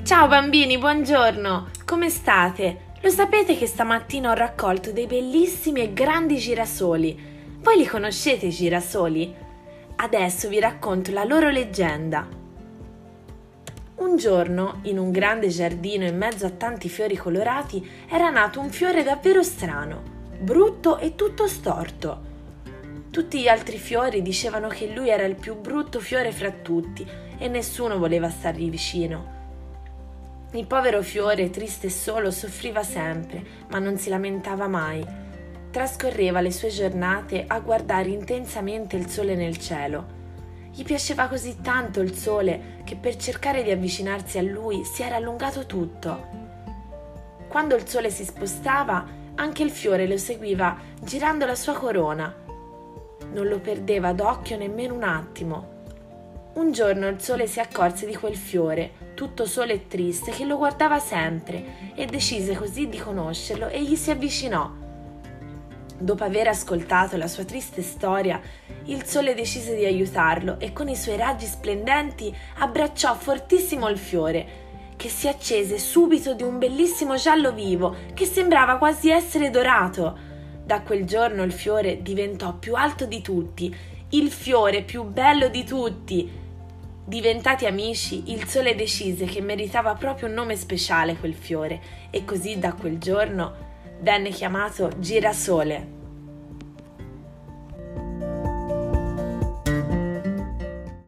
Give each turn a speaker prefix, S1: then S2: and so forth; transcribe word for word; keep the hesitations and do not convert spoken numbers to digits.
S1: Ciao bambini, buongiorno! Come state? Lo sapete che stamattina ho raccolto dei bellissimi e grandi girasoli? Voi li conoscete i girasoli? Adesso vi racconto la loro leggenda. Un giorno, in un grande giardino in mezzo a tanti fiori colorati, era nato un fiore davvero strano, brutto e tutto storto. Tutti gli altri fiori dicevano che lui era il più brutto fiore fra tutti e nessuno voleva stargli vicino. Il povero fiore, triste e solo, soffriva sempre, ma non si lamentava mai. Trascorreva le sue giornate a guardare intensamente il sole nel cielo. Gli piaceva così tanto il sole che per cercare di avvicinarsi a lui si era allungato tutto. Quando il sole si spostava, anche il fiore lo seguiva girando la sua corona. Non lo perdeva d'occhio nemmeno un attimo. Un giorno il sole si accorse di quel fiore, tutto solo e triste, che lo guardava sempre, e decise così di conoscerlo e gli si avvicinò. Dopo aver ascoltato la sua triste storia, il sole decise di aiutarlo e con i suoi raggi splendenti abbracciò fortissimo il fiore, che si accese subito di un bellissimo giallo vivo che sembrava quasi essere dorato. Da quel giorno il fiore diventò più alto di tutti, il fiore più bello di tutti. Diventati amici, il sole decise che meritava proprio un nome speciale quel fiore e così da quel giorno venne chiamato Girasole.